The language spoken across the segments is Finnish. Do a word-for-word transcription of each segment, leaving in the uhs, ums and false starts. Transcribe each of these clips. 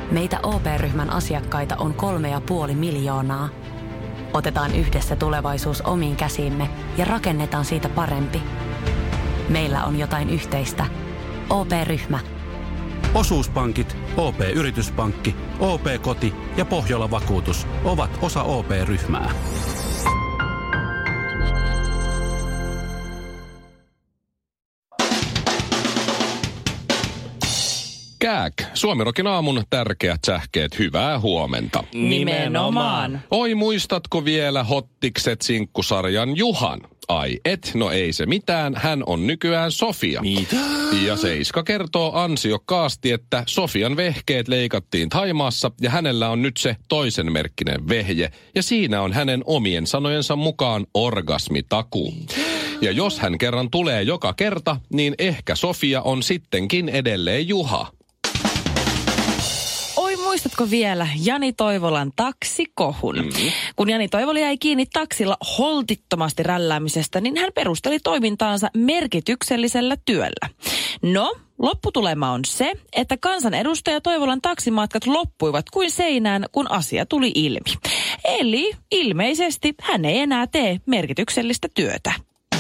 Meitä O P-ryhmän asiakkaita on kolme ja puoli miljoonaa. Otetaan yhdessä tulevaisuus omiin käsiimme ja rakennetaan siitä parempi. Meillä on jotain yhteistä. O P-ryhmä. Osuuspankit, O P-yrityspankki, O P-koti ja Pohjola-vakuutus ovat osa O P-ryhmää. Kääk, Suomirokin aamun tärkeät sähkeet, hyvää huomenta. Nimenomaan. Oi, muistatko vielä Hottikset sinkkusarjan Juhan? Ai et, no ei se mitään, hän on nykyään Sofia. Mitä? Ja Seiska kertoo ansiokkaasti, että Sofian vehkeet leikattiin Thaimaassa ja hänellä on nyt se toisen merkkinen vehje. Ja siinä on hänen omien sanojensa mukaan orgasmitakuu. Ja jos hän kerran tulee joka kerta, niin ehkä Sofia on sittenkin edelleen Juha. Muistatko vielä Jani Toivolan taksikohun? Mm-hmm. Kun Jani Toivola jäi kiinni taksilla holtittomasti rälläämisestä, niin hän perusteli toimintaansa merkityksellisellä työllä. No, lopputulema on se, että kansanedustaja Toivolan taksimatkat loppuivat kuin seinään, kun asia tuli ilmi. Eli ilmeisesti hän ei enää tee merkityksellistä työtä.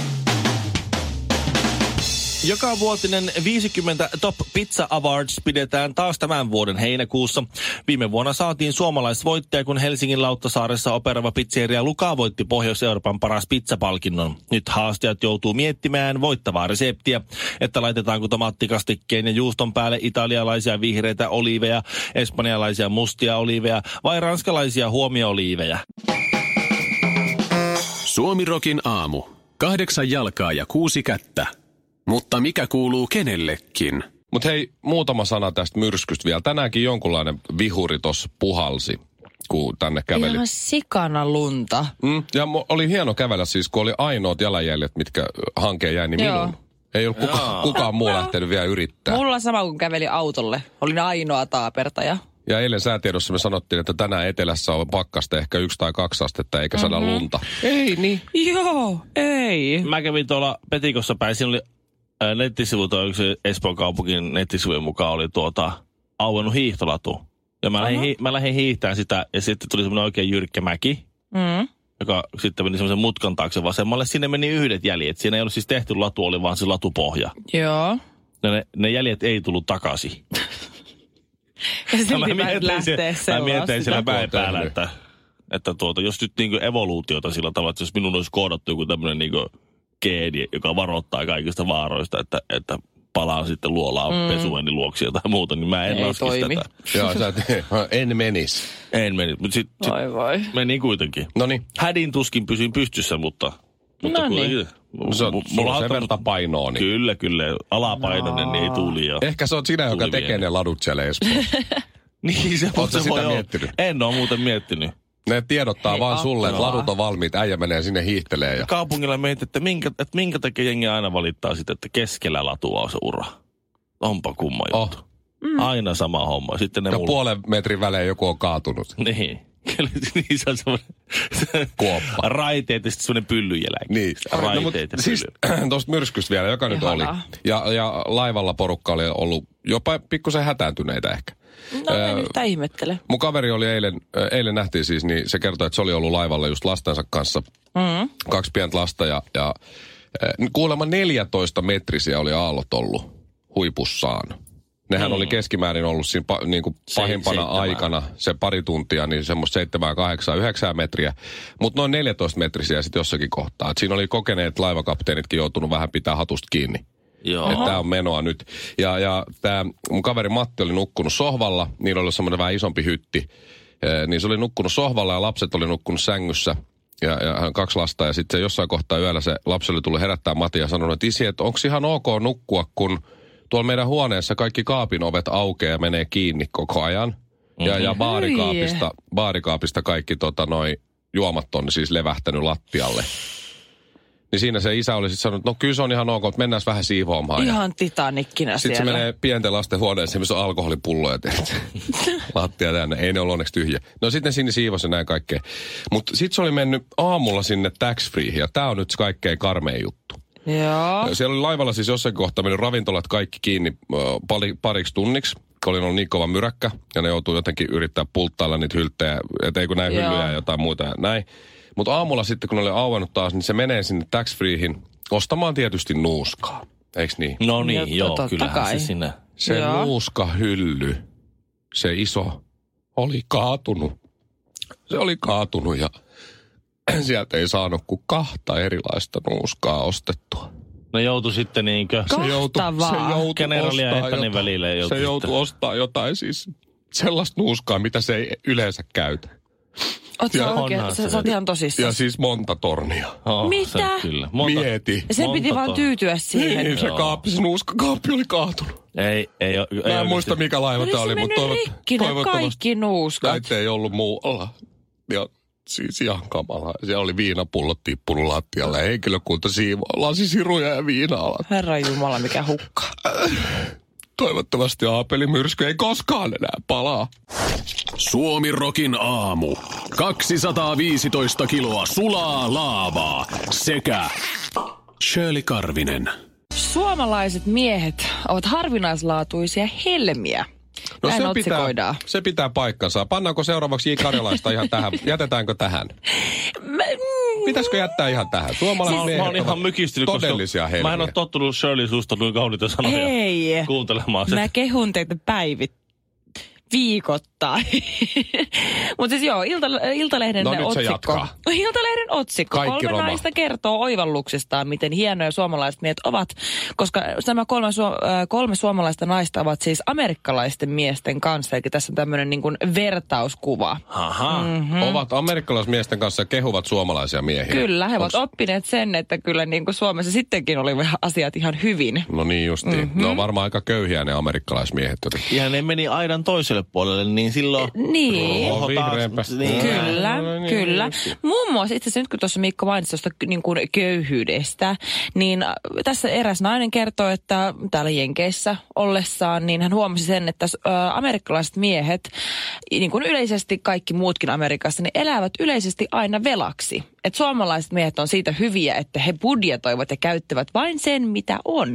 Joka vuotinen viisikymmentä Top Pizza Awards pidetään taas tämän vuoden heinäkuussa. Viime vuonna saatiin suomalaisvoittaja, kun Helsingin Lauttasaaressa operava pizzeria Luka voitti Pohjois-Euroopan paras pizzapalkinnon. Nyt haastajat joutuu miettimään voittavaa reseptiä, että laitetaanko tomaattikastikkeen ja juuston päälle italialaisia vihreitä oliiveja, espanjalaisia mustia oliiveja vai ranskalaisia huomio-oliiveja. Suomirokin aamu. Kahdeksan jalkaa ja kuusi kättä. Mutta mikä kuuluu kenellekin? Mut hei, muutama sana tästä myrskystä vielä. Tänäänkin jonkunlainen vihuri tossa puhalsi, kun tänne käveli. Ihan sikana lunta. Mm, ja oli hieno kävellä siis, kun oli ainoat jalanjäljet, mitkä hankeen jäi, niin Joo. minun. Ei ollut kuka, kukaan muu lähtenyt vielä yrittää. Mulla sama kuin käveli autolle. Olin ainoa taapertaja. Ja eilen säätiedossa me sanottiin, että tänään etelässä on pakkasta ehkä yksi tai kaksi astetta, eikä mm-hmm. sada lunta. Ei niin. Joo, ei. Mä kävin tuolla Petikossa päin, siinä oli ää, nettisivu, toi yksi Espoon kaupungin nettisivujen mukaan oli tuota auennut hiihtolatu. Ja mä lähdin, hi- mä lähdin hiihtämään sitä, ja sitten tuli semmoinen oikein jyrkkä mäki, mm. joka sitten meni semmoisen mutkan taakse vasemmalle. Sinne meni yhdet jäljet. Siinä ei ollut siis tehty latu, oli vaan se latupohja. Joo. Ja ne, ne jäljet ei tullut takaisin. Ja silti mä lähtee siellä, mä mietin siellä päin päällä, että, että tuota, jos nyt niinku evoluutiota sillä tavalla, että jos minun olisi koodattu joku tämmöinen niinku geeni, joka varoittaa kaikista vaaroista, että, että palaan sitten luolaan mm. pesuvenin luoksi tai muuta, niin mä en ei laskisi toimi. tätä. Joo, sä et, en menis. En menis, mutta sitten sit meni kuitenkin. Noniin. Hädin tuskin pysyin pystyssä, mutta... mutta Noniin. Se on, mulla on sen verran painoa. Niin. Kyllä, kyllä. Alapainoinen no. niin ei tuli. Ja ehkä se on sinä, joka tekee vielä ne ladut siellä Espoossa. Niin se, Oletko se voi sitä miettinyt? En ole muuten miettinyt. Ne tiedottaa Hei, vaan sulle, että apua. ladut on valmiit, äijä menee sinne hiihtelee. Ja... Kaupungilla mietit, että minkä, että minkä takia jengi aina valittaa sitten, että keskellä latua on se ura. Onpa kumma juttu. Oh. Mm. Aina sama homma. Sitten ne ja mulla... puolen metrin välein joku on kaatunut. Niin. Niin se on semmoinen... Kuoppa. Raiteet ja sitten semmoinen pyllyjälki. Niin. Raiteet no, ja siis tuosta myrskystä vielä, joka nyt oli. Ja, ja laivalla porukka oli ollut jopa pikkusen hätääntyneitä ehkä. No en nyt sitä ihmettele. Mun kaveri oli eilen, eilen nähtiin siis, niin se kertoi, että se oli ollut laivalla just lastensa kanssa. Mm. Kaksi pientä lasta ja, ja kuulemma neljätoista metrisiä oli aallot ollut huipussaan. Nehän mm. oli keskimäärin ollut siinä pa, niin kuin pahimpana Seitsemän. aikana se pari tuntia, niin semmoista seitsemän, kahdeksan, yhdeksän metriä. Mutta noin neljätoista metrisiä sitten jossakin kohtaa. Et siinä oli kokeneet laivakapteenitkin joutunut vähän pitää hatusta kiinni. Että tämä on menoa nyt. Ja, ja tämä mun kaveri Matti oli nukkunut sohvalla, niillä oli semmoinen vähän isompi hytti. E, niin se oli nukkunut sohvalla ja lapset oli nukkunut sängyssä. Ja, ja kaksi lasta ja sitten se jossain kohtaa yöllä se lapselle tuli herättää Matti ja sanoi, että isi, että onko ihan ok nukkua, kun tuolla meidän huoneessa kaikki kaapin ovet aukeaa ja menee kiinni koko ajan. Mm-hmm. Ja, ja baarikaapista, baarikaapista kaikki tota, noi juomat on siis levähtänyt lattialle. Niin siinä se isä oli sitten sanonut, että no kyllä se on ihan ok, että mennään vähän siivoamaan. Ihan Titanikkina sitten siellä. Sitten se menee pienten lasten huoneeseen, missä on alkoholipulloja lattia täynnä. Ei ne ole onneksi tyhjä. No sitten sinne siivosi ja näin kaikkea. Mutta sitten se oli mennyt aamulla sinne tax free ja tämä on nyt kaikkein karmein juttu. Joo. Siellä oli laivalla siis jossain kohtaa mennyt ravintolat kaikki kiinni äh, pari, pariksi tunniksi. oli ollut niin kova myräkkä, ja ne joutuu jotenkin yrittää pulttailla niitä hylttejä, että ei kun näin hyllyjä ja jotain muuta ja näin. Mutta aamulla sitten, kun ne oli auennut taas, niin se menee sinne tax-freehin ostamaan tietysti nuuskaa. Eiks niin? No niin, Jotta, joo, totta kyllähän kai. se sinne. Se Joo. nuuskahylly, se iso, oli kaatunut. Se oli kaatunut ja sieltä ei saanut kuin kahta erilaista nuuskaa ostettua. Ne joutui sitten niinkö... Ka- Se joutui, se Mahtavaa. joutui Generaali ja ostaa Ethanin jotain- välillä joutui Se joutui sitten. ostaa jotain siis sellaista nuuskaa, mitä se ei yleensä käytä. Oot sä Ja oikein, onhan sä, se. sä oot ihan tosissaan. Ja siis monta tornia. Oh, Mitä? Se, kyllä. Monta, Mieti. Ja sen monta piti vaan ton- tyytyä siihen. Niin, se kaappi, se nuuskakaappi oli kaatunut. Ei, ei, ei, Mä en ei muista, oikeasti. mikä laiva Oli tämä se oli, mutta mennyt toivot, rikki ne toivottavasti kaikki nuuskat. näitä ei ollut muualla. Ja siis ihan kamala. Siellä oli viinapullot tippunut lattialle. Henkilökunta siivoo lasisiruja ja viina-alat. Herran Jumala, mikä hukka. Toivottavasti Aapeli-myrsky ei koskaan enää palaa. Suomi-rokin aamu. kaksisataaviisitoista kiloa sulaa laavaa sekä Shirley Karvinen. Suomalaiset miehet ovat harvinaislaatuisia helmiä. No Näin se pitää, otsikoidaan. se pitää paikkansa. Pannaanko seuraavaksi J. Karjalaista ihan tähän? Jätetäänkö tähän? Mä, mm, Pitäisikö jättää ihan tähän? Suomalaiset Mä, miehet mä oon ihan ovat mykistynyt, todellisia koska helmiä. mä en ole tottunut Shirley suusta noin kauniita sanoja Hei. kuuntelemaan sitä. Mä kehun teitä päivit viikoittain. Mutta siis joo, Ilta, Iltalehden No nyt se otsikko. jatkaa. Iltalehden otsikko. Kaikki Kolme romahti. naista kertoo oivalluksistaan, miten hienoja suomalaiset miehet ovat. Koska nämä kolme, su- äh, kolme suomalaista naista ovat siis amerikkalaisten miesten kanssa. Eli tässä on tämmöinen niin kuin vertauskuva. Aha. Mm. Ovat amerikkalaismiesten kanssa ja kehuvat suomalaisia miehiä. Kyllä, he ovat Onks- oppineet sen, että kyllä niin kuin Suomessa sittenkin oli asiat ihan hyvin. No niin justiin. Mm-hmm. Ne on varmaan aika köyhiä ne amerikkalaismiehet jotenkin. Ja ne meni aidan toiselle puolelle, niin silloin... Niin. Oho, vihreämpä. Niin. Kyllä, No niin, kyllä. justiin. Muun muassa itse asiassa nyt kun tuossa Mikko mainitsi tuosta niin kuin köyhyydestä, niin äh, tässä eräs nainen kertoo, että täällä Jenkeissä ollessaan, niin hän huomasi sen, että äh, amerikkalaiset miehet, niin kuin yleisesti kaikki muutkin Amerikassa, niin elävät yleisesti aina velaksi. Että suomalaiset miehet on siitä hyviä, että he budjetoivat ja käyttävät vain sen, mitä on.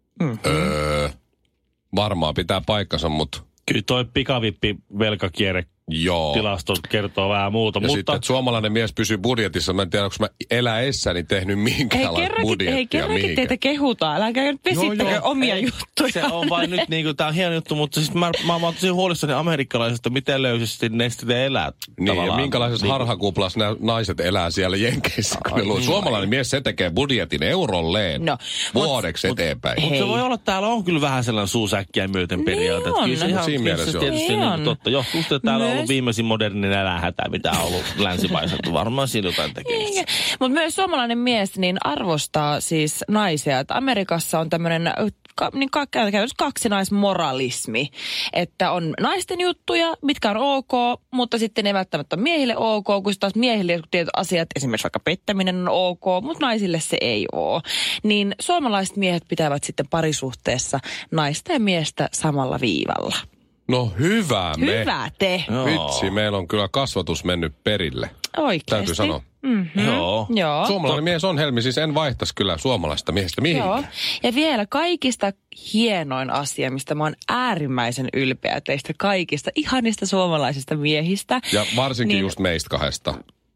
Öö, varmaan pitää paikkansa, mutta Kyllä toi pikavippi-velkakierre joo. tilasto kertoo vähän muuta, Ja mutta... sitten, että suomalainen mies pysyy budjetissa. Mä en tiedä, onko mä eläessäni tehnyt Hei, minkäänlaista kerrankin, budjettia hei, kerrankin mihinkään. teitä kehutaan. Älkää nyt vesittäkö joo. omia Ei, juttuja. Se on vain nyt niinku, tää on hieno juttu, mutta siis mä, mä, mä oon tosi huolissani amerikkalaisista, miten löysästi ne sitten elää. Niin, ja tavallaan. minkälaisessa Niin. harhakuplassa nämä naiset elää siellä Jenkeissä, kun ne luo. Suomalainen mies, se tekee budjetin eurolleen No, vuodeksi eteenpäin. Mutta Hei. se voi olla, että täällä on kyllä vähän sellainen suusäkkiä myöten periaate. Niin Että kyllä se on. ihan, Siinä kyllä mielessä se on. tietysti Niin niin on. totta. Johtuu sitten, että täällä on Myös- ollut viimeisin modernin elähätä, mitä on ollut länsimaiselta. Varmaan siinä jotain tekemistä. Mutta myös suomalainen mies niin arvostaa siis naisia. Että Amerikassa on tämmöinen ka, niin ka, käytännössä kaksinaismoralismi, että on naisten juttuja, mitkä on ok, mutta sitten ne välttämättä on miehille ok, kun taas miehille jotkut tietyt asiat, esimerkiksi vaikka pettäminen on ok, mutta naisille se ei ole. Niin suomalaiset miehet pitävät sitten parisuhteessa naista ja miestä samalla viivalla. No hyvä me. Hyvä te. Joo. Vitsi, meillä on kyllä kasvatus mennyt perille. Oikeesti. Täytyy sanoa. Mm-hmm. Joo. Joo. Suomalainen mies on helmi, siis en vaihtaisi kyllä suomalaista miestä Joo. mihinkään. Ja vielä kaikista hienoin asia, mistä mä oon äärimmäisen ylpeä teistä kaikista ihanista suomalaisista miehistä. Ja varsinkin Niin- just meistä kahdesta.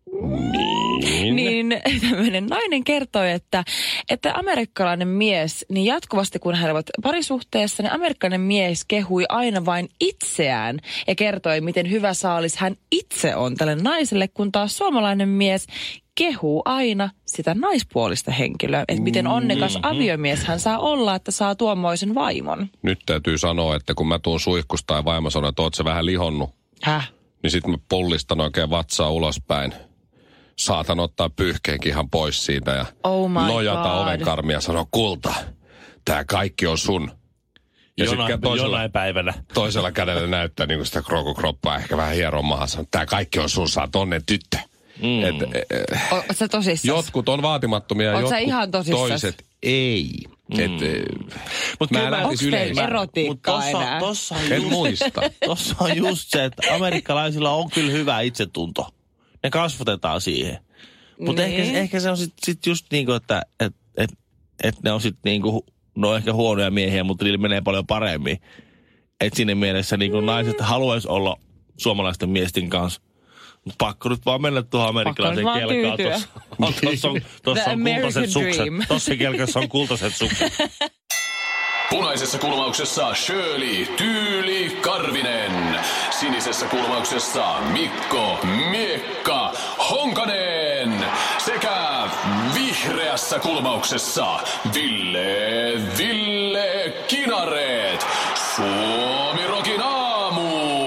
Niin tämmöinen nainen kertoi, että, että amerikkalainen mies, niin jatkuvasti kun he olivat parisuhteessa, niin amerikkalainen mies kehui aina vain itseään ja kertoi, miten hyvä saalis hän itse on tälle naiselle, kun taas suomalainen mies kehuu aina sitä naispuolista henkilöä, että miten onnekas aviomies hän saa olla, että saa tuommoisen vaimon. Nyt täytyy sanoa, että kun mä tuun suihkusta ja vaimo sanoo, että oot sä vähän lihonnut, Häh? niin sit mä pullistan oikein vatsaa ulospäin. Saatan ottaa pyyhkeenkin ihan pois siitä ja Oh my nojata God. ovenkarmia ja sanoa, kulta, tää kaikki on sun. Ja Jonain, sitten toisella, jonain päivänä. toisella kädellä näyttää niin sitä krokokroppaa, ehkä vähän hieron maahan, sanoo, tää kaikki on sun, sä oot onnen tyttö. Mm. Et, e, Oot sä tosissaan? jotkut on vaatimattomia ja Oot sä jotkut ihan tosissas? toiset ei. Mm. Et, e, Mut mä kyllä en mä- lähtisi Onks teillä yleensä. erotiikkaa Mut tossa, enää? tossa, on En just, muista. tossa on just se, että amerikkalaisilla on kyllä hyvä itsetunto. Ne kasvatetaan siihen. Mutta Niin. ehkä, ehkä se on sitten sit just niin kuin, että et, et, et ne on sitten niin kuin, no ehkä huonoja miehiä, mutta niillä menee paljon paremmin. Että siinä mielessä niin kuin naiset haluaisi olla suomalaisten miesten kanssa. Mutta pakko nyt vaan mennä tuohon amerikkalaisen kelkaan. Tuossa on, tossa on kultaiset sukset. Tuossa kelkassa on kultaiset sukset. Punaisessa kulmauksessa Shirley Tyyli Karvinen. Sinisessä kulmauksessa Mikko Miekka Honkanen. Sekä vihreässä kulmauksessa Ville Ville Kinareet. Suomi Rokin aamu.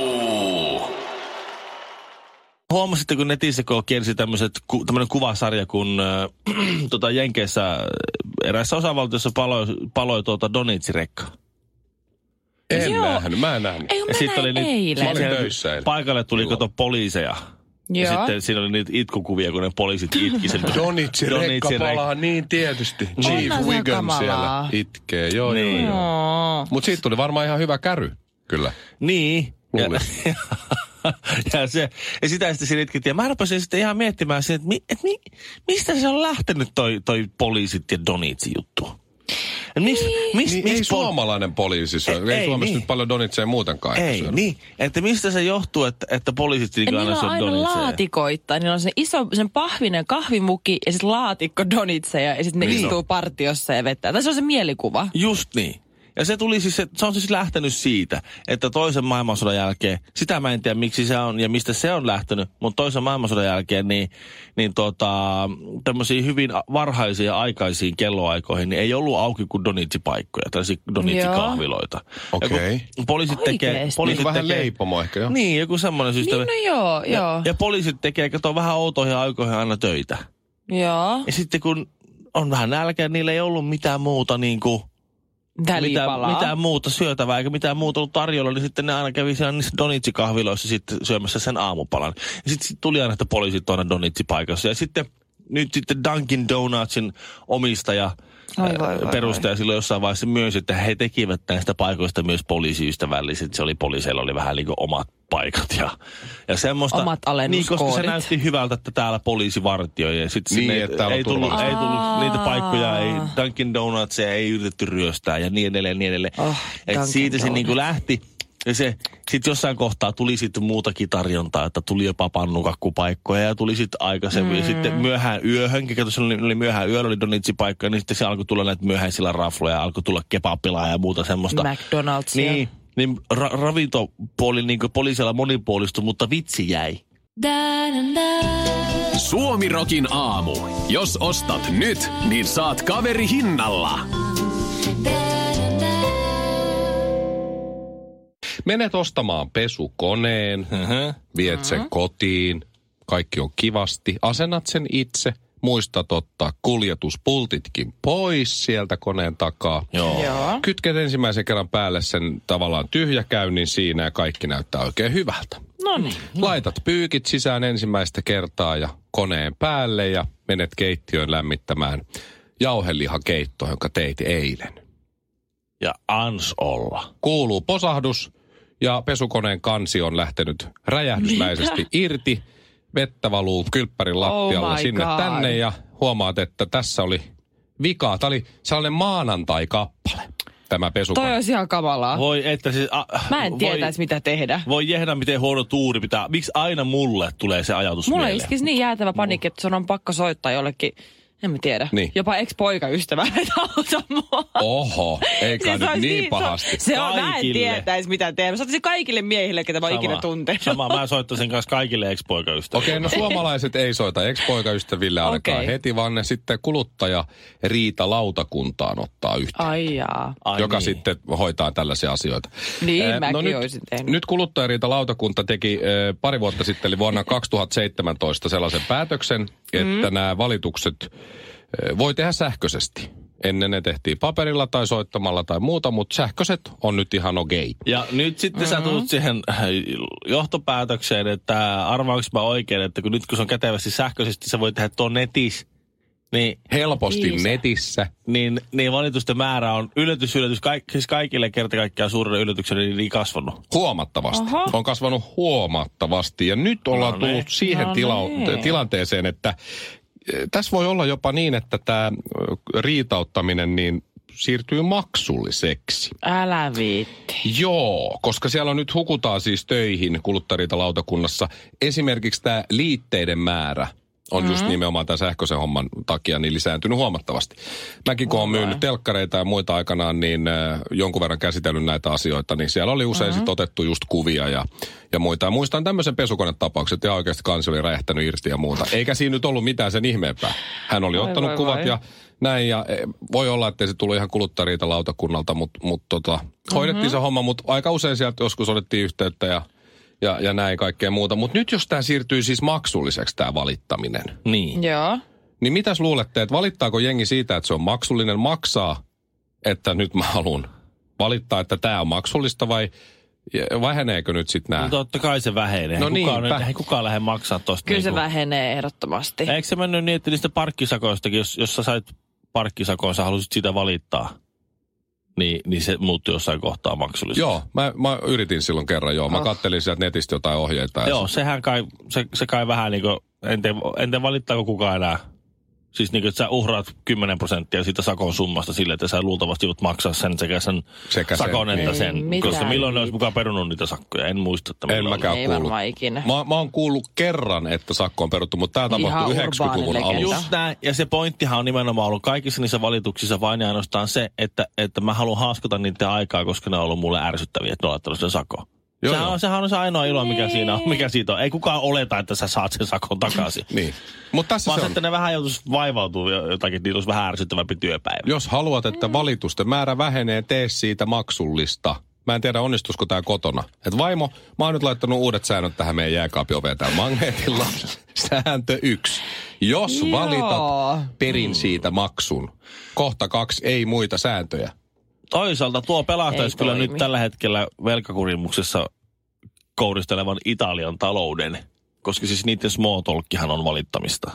Huomasitte, kun netissä kun kiersi tämmöinen kuvasarja, kun äh, tota Jenkeissä eräissä osavaltiossa paloi, paloi tuota Donitsi-rekka. En Joo. nähnyt, mä en nähnyt. Ei, kun Ja mä sitten oli näin niitä, eilen. Mä olin töissä eilen. paikalle tuli Joo. kato poliiseja. Ja Joo. sitten siinä oli niitä itkukuvia, kun ne poliisit itki sen. Donitsi rekka palaa, niin tietysti. Chief Onhan se Wiggum kamalaa. siellä itkee, joo Niin. joo joo. Mut siitä tuli varmaan ihan hyvä käry, kyllä. Niin. Ja, Luulisin. ja, se, ja sitä sitten siinä itkettiin. Ja mä rupesin sitten ihan miettimään sen, että mi, et mi, mistä se on lähtenyt toi, toi poliisit ja Donitsi juttu. Mis, mis, Niin mis ei pol- suomalainen poliisi syö. Ei, Ei, ei Suomessa niin. nyt paljon Donitseja muutenkaan. Ei, syödä. niin. Että mistä se johtuu, että, että poliisit niin Niillä aina on syö aina Donitseja? laatikoittain. Niillä on se iso, sen pahvinen kahvimukki ja sitten laatikko donitseja ja sitten ne Niin. istuu partiossa ja vetää. Tai se on se mielikuva. Just niin. Ja se tuli siis, se, se on siis lähtenyt siitä, että toisen maailmansodan jälkeen, sitä mä en tiedä miksi se on ja mistä se on lähtenyt, mutta toisen maailmansodan jälkeen niin, niin tota, tämmöisiin hyvin varhaisiin aikaisiin kelloaikoihin niin ei ollut auki kuin donitsi-paikkoja, tällaisia donitsi-kahviloita. Okei. Ja kun Poliisit tekee... Oikeesti? Poliisit Niin vähän tekee, leipomo ehkä, joo. Niin, joku semmoinen systeemi. Niin, no joo, ja, joo. ja poliisit tekee, kato vähän outoihin aikoihin aina töitä. Joo. Ja sitten kun on vähän nälkä, niillä ei ollut mitään muuta niin kuin... Mitä Mitä, liipalaa? mitään muuta syötävää eikä mitään muuta ollut tarjolla, niin sitten ne aina kävi siellä niissä donitsi-kahviloissa sitten syömässä sen aamupalan. Ja sitten sit tuli aina, että poliisit tuonne donitsi-paikassa. Ja sitten nyt sitten Dunkin Donutsin omistaja Oi, voi, voi, perustaja silloin jossain vaiheessa myös, että he tekivät näistä paikoista myös poliisiystävälliset. Se oli poliiseilla oli vähän niin kuin omat paikat ja, ja semmoista. Omat Niin, koska se alennuskoodit. näytti hyvältä, että täällä poliisi vartioi. Ja sitten Niin, sinne että täällä on ei, tullut, turvallista. ei tullut niitä paikkoja, ei Dunkin Donutsia ei yritetty ryöstää ja niin edelleen, niin edelleen. Oh, Et Dunkin siitä se Donuts. niinku lähti. Ja se sitten jossain kohtaa tuli sitten muutakin tarjontaa, että tuli jopa pannukakkupaikkoja ja tuli sitten aikaisemmin. Mm. Ja sitten myöhään yöhön, kato se oli, oli myöhään yöllä oli donitsi-paikkoja, niin sitten se alkoi tulla näitä myöhäisillä rafloja, alkoi tulla kebabbilaa ja muuta semmoista. McDonald'sia. Niin, niin ra- ravintopuoli niin poliisilla monipuolistui, mutta vitsi jäi. Suomi Rokin aamu. Jos ostat nyt, niin saat kaveri hinnalla. Menet ostamaan pesukoneen, Uh-huh. viet sen kotiin, kaikki on kivasti, asennat sen itse, muistat ottaa kuljetuspultitkin pois sieltä koneen takaa. Joo. Joo. Kytket ensimmäisen kerran päälle sen tavallaan tyhjäkäynnin siinä ja kaikki näyttää oikein hyvältä. No niin. Laitat pyykit sisään ensimmäistä kertaa ja koneen päälle ja menet keittiöön lämmittämään jauhelihakeittoa, jonka teit eilen. Ja ans olla. Kuuluu posahdus ja pesukoneen kansi on lähtenyt räjähdysmäisesti irti. Vettä valuu kylppärin lattialla Oh my sinne God. tänne ja huomaat, että tässä oli vikaa. Tämä oli sellainen maanantai-kappale, tämä pesukone. Toi olisi ihan kamalaa. Voi että siis... A, Mä en voi, tietäisi, mitä tehdä. Voi jehdä, miten huono tuuri pitää. Miksi aina mulle tulee se ajatus Mulla mieleen? iskisi niin jäätävä panikki, että sun on pakko soittaa jollekin, en mä tiedä, Niin. jopa ex-poikaystävälle, että auta mua. Oho, eikä Siis nyt olisi niin se- pahasti. Se on, mä en Kaikille. tietäisi mitä tehdä. Mä soittaisin kaikille miehille, ketä mä oon ikinä tuntenut. Sama, mä soittaisin kanssa kaikille ex-poikaystäville. Okei, no suomalaiset ei soita ex-poikaystäville ainakaan Okei. heti, vaan ne sitten kuluttaja-riitalautakuntaan ottaa yhteen. Ai jaa. Ai joka niin. sitten hoitaa tällaisia asioita. Niin, Eh, mäkin nyt, olisin tehnyt. Nyt kuluttajariitalautakunta teki eh, pari vuotta sitten, eli vuonna kaksituhattaseitsemäntoista sellaisen päätöksen, että mm. nämä valitukset eh, voi tehdä sähköisesti. Ennen ne tehtiin paperilla tai soittamalla tai muuta, mutta sähköiset on nyt ihan okei. Ja nyt sitten mm-hmm. sä tulet siihen äh, johtopäätökseen, että arvaanko mä oikein, että kun nyt kun se on kätevästi sähköisesti, sä voi tehdä tuon netissä, niin, Helposti Kiisa. netissä. niin, niin valitusten määrä on yllätys, yllätys, kaik, siis kaikille kerta kaikkiaan suurelle yllätykselle niin kasvanut. Huomattavasti. Oho. On kasvanut huomattavasti. Ja nyt ollaan No tullut niin. siihen No tila- niin. tilanteeseen, että eh, tässä voi olla jopa niin, että tämä riitauttaminen, niin siirtyy maksulliseksi. Älä viitti. Joo, koska siellä on nyt hukutaan siis töihin kuluttajariitalautakunnassa. Esimerkiksi tämä liitteiden määrä on mm-hmm. just nimenomaan tämän sähköisen homman takia niin lisääntynyt huomattavasti. Mäkin kun olen myynyt telkkareita ja muita aikanaan, niin äh, jonkun verran käsitellyt näitä asioita, niin siellä oli usein mm-hmm. sit otettu just kuvia ja, ja muita. Ja muistan tämmöisen pesukonetapauksen, että oikeasti kansi oli räjähtänyt irti ja muuta. Eikä siinä nyt ollut mitään sen ihmeempää. Hän oli vai ottanut vai kuvat vai. ja näin, ja voi olla, ettei se tullut ihan kuluttajariitalautakunnalta, mutta mut tota, hoidettiin mm-hmm. se homma, mutta aika usein sieltä joskus otettiin yhteyttä ja Ja, ja näin kaikkea muuta. Mutta nyt jos tämä siirtyy siis maksulliseksi tämä valittaminen. Niin. Joo. Niin mitäs luulette, että valittaako jengi siitä, että se on maksullinen maksaa, että nyt mä haluan valittaa, että tämä on maksullista vai väheneekö nyt sitten nämä? No totta kai se vähenee. No kukaan, niinpä. Ei kukaan lähde maksaa tosta. Kyllä niin se kuin vähenee ehdottomasti. Eikö se mennyt niin, että niistä parkkisakoistakin, jos, jos sä sait parkkisakoon, sä halusit sitä valittaa, niin, niin se muuttui jossain kohtaa maksulliseksi. Joo, mä, mä yritin silloin kerran, joo. Mä oh. kattelin sieltä netistä jotain ohjeita. Joo, se... sehän kai, se, se kai vähän niin kuin, en tiedä, en tiedä valittaako kukaan enää. Siis niin kuin, että sä uhraat kymmenen prosenttia siitä sakon summasta sille, että sä luultavasti voit maksaa sen sekä sen sekä sakon sen, että niin. sen. Ei, koska milloin ne olisi mukaan perunut niitä sakkoja, en muista. Että en mäkään ei kuullut. ikinä. Mä, mä oon kuullut kerran, että sakko on peruttu, mutta tämä tapahtui yhdeksänkymmentäluvun alussa. Just näin, ja se pointtihan on nimenomaan ollut kaikissa niissä valituksissa vain ja ainoastaan se, että, että mä haluan haaskata niiden aikaa, koska ne on ollut mulle ärsyttäviä, että ne on laittanut sen sakon. Joo, sehän, joo. on, sehän on se ainoa ilo, mikä siinä on. Mikä siitä on. Ei kukaan oleta, että sä saat sen sakon takaisin. Niin. Mut tässä vaan se on. että ne vähän joutuisi vaivautua jotakin, niillä olisi vähän ärsyttävämpi työpäivä. Jos haluat, että valitusten määrä vähenee, tee siitä maksullista. Mä en tiedä, onnistuisiko tää kotona. Et vaimo, mä oon nyt laittanut uudet säännöt tähän meidän jääkaapioveen täällä magneetilla. Sääntö yksi. Jos Joo. valitat, perin siitä maksun. Kohta kaksi, ei muita sääntöjä. Toisaalta tuo pelastaisi kyllä toimi. nyt tällä hetkellä velkakurimuksessa kouristelevan Italian talouden. Koska siis niiden small talkkihan on valittamista.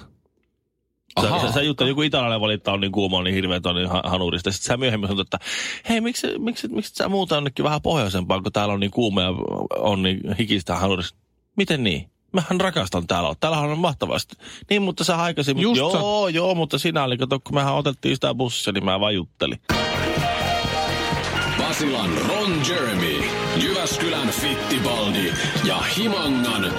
Sä, sä, sä juttu, joku italialainen valittaa on niin kuuma, on niin hirveä, on niin hanurista. Sitten sä myöhemmin sanot, että hei, miksi, miksi, miksi sä muuta jonnekin vähän pohjoisempaan, kun täällä on niin kuuma ja on niin hikistä hanurista. Miten niin? Mähän rakastan täällä. Täällähän on mahtavasti. Niin, mutta sä aikaisemmin. Just joo, sä... joo, mutta sinä oli, kato, kun mehän otettiin sitä bussia, niin mä vaan juttelin. Basilan Ron Jeremy, Jyväskylän Fittibaldi ja Himangan...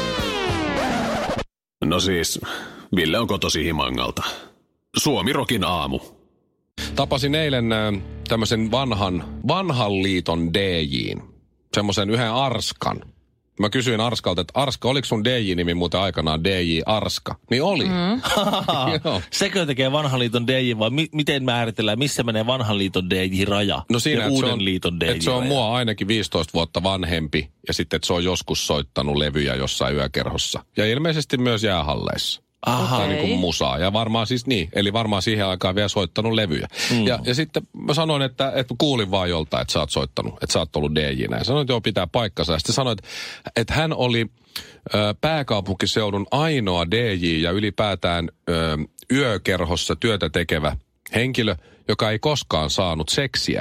No siis, Ville on kotosi Himangalta. Suomi-rokin aamu. Tapasin eilen äh, tämmöisen vanhan, vanhan liiton D J:n. Semmoisen yhden Arskan. Mä kysyin Arskalta, että Arska, oliko sun D J-nimi muuten aikanaan D J Arska? Niin oli. Mm. Sekö tekee vanhan liiton D J vai mi- miten määritellään, missä menee vanhan liiton D J-raja no siinä, ja uuden on, liiton D J-raja? Että se on mua ainakin viisitoista vuotta vanhempi ja sitten, että se on joskus soittanut levyjä jossain yökerhossa. Ja ilmeisesti myös jäähalleissa. Aha. Tai niin kuin musaa. Ja varmaan siis niin. Eli varmaan siihen aikaan vielä soittanut levyjä. Mm. Ja, ja sitten mä sanoin, että, että kuulin vaan joltain, että sä oot soittanut. Että sä oot ollut D J:nä. Ja sanoin, että joo, pitää paikkansa. Ja sitten sanoin, että, että hän oli ö, pääkaupunkiseudun ainoa D J ja ylipäätään ö, yökerhossa työtä tekevä henkilö, joka ei koskaan saanut seksiä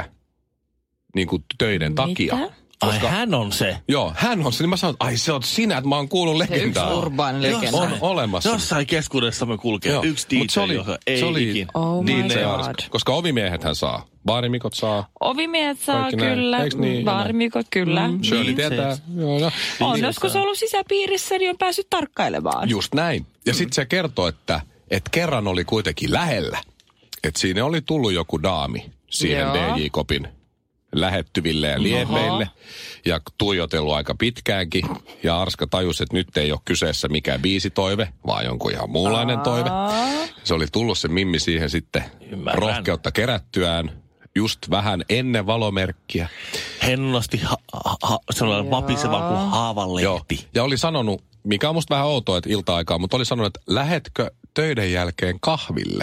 niin kuin töiden Mitä? takia. Koska, ai hän on se. Joo, hän on se. Niin mä sanoin, että ai se on sinä, että mä oon kuullut legendaa. Se yksi urbaani legenda. On olemassa. Jossain keskuudessamme kulkee Joo, yksi D J, se oli, joka ei se oli ikin. Oh my D J God. Arska. Koska ovimiehethän saa. Baarimikot saa. Ovimiehet saa Kaikki näin. kyllä, Eiks niin? baarimikot kyllä. Mm. Shirley Niin, tietää. se- Joo, no. On Niin, joskus saa. ollut sisäpiirissä, niin on päässyt tarkkailemaan. Just näin. Ja sitten se kertoo, että, että kerran oli kuitenkin lähellä. Että siinä oli tullut joku daami siihen Joo. D J-kopin lähettyville ja liepeille. Ja tuijotellut aika pitkäänkin. Ja Arska tajusi, että nyt ei ole kyseessä mikään biisitoive, vaan jonkun ihan muunlainen toive. Se oli tullut se Mimmi siihen sitten Ymmärrän. rohkeutta kerättyään. Just vähän ennen valomerkkiä. Hennosti ha- ha- ha- sellainen vapiseva kuin Joo. haavanlehti. Ja oli sanonut, mikä on musta vähän outoa, että ilta-aikaa, mutta oli sanonut, että lähetkö töiden jälkeen kahville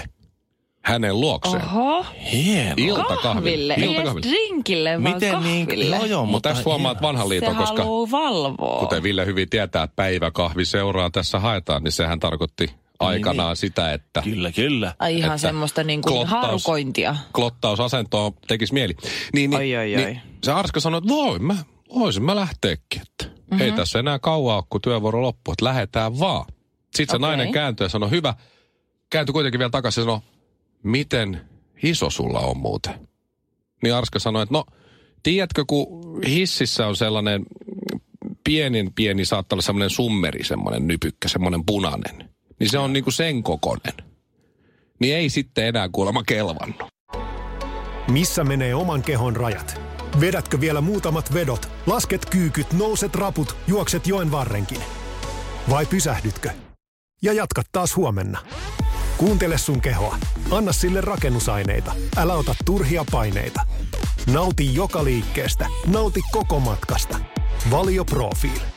hänen luokseen? Oho, Hieno. Iltakahville. kahville, ei edes Iltakahville. drinkille, vaan Miten niin? kahville. Joo, joo, Mutta tässä huomaat vanhan liiton, Se koska haluaa valvoa. kuten Ville hyvin tietää, päiväkahvi seuraa tässä haetaan, niin sehän tarkoitti aikanaan niin. sitä, että Kyllä, kyllä. Ai ihan että semmoista niin kuin klottaus- harukointia. klottausasentoa tekisi mieli. Niin, niin, Oi, oi, niin oi. se Arska sanoi, että voin mä, voisin mä lähteekin, että mm-hmm. ei tässä enää kauaa ole, kun työvuoro loppuu, että lähdetään vaan. Sitten se Okei. nainen kääntyi ja sanoi, hyvä, kääntyi kuitenkin vielä takaisin ja sanoi, miten iso sulla on muuten. Niin Arska sanoi, että no, tiedätkö, kun hississä on sellainen pienin pieni, saattaa olla semmoinen summeri, semmoinen nypykkä, semmoinen punainen. Niin se on niinku sen kokoinen. Niin ei sitten enää kuulemma kelvannut. Missä menee oman kehon rajat? Vedätkö vielä muutamat vedot, lasket kyykyt, nouset raput, juokset joen varrenkin? Vai pysähdytkö? Ja jatkat taas huomenna. Kuuntele sun kehoa. Anna sille rakennusaineita. Älä ota turhia paineita. Nauti joka liikkeestä. Nauti koko matkasta. Valio Profiil.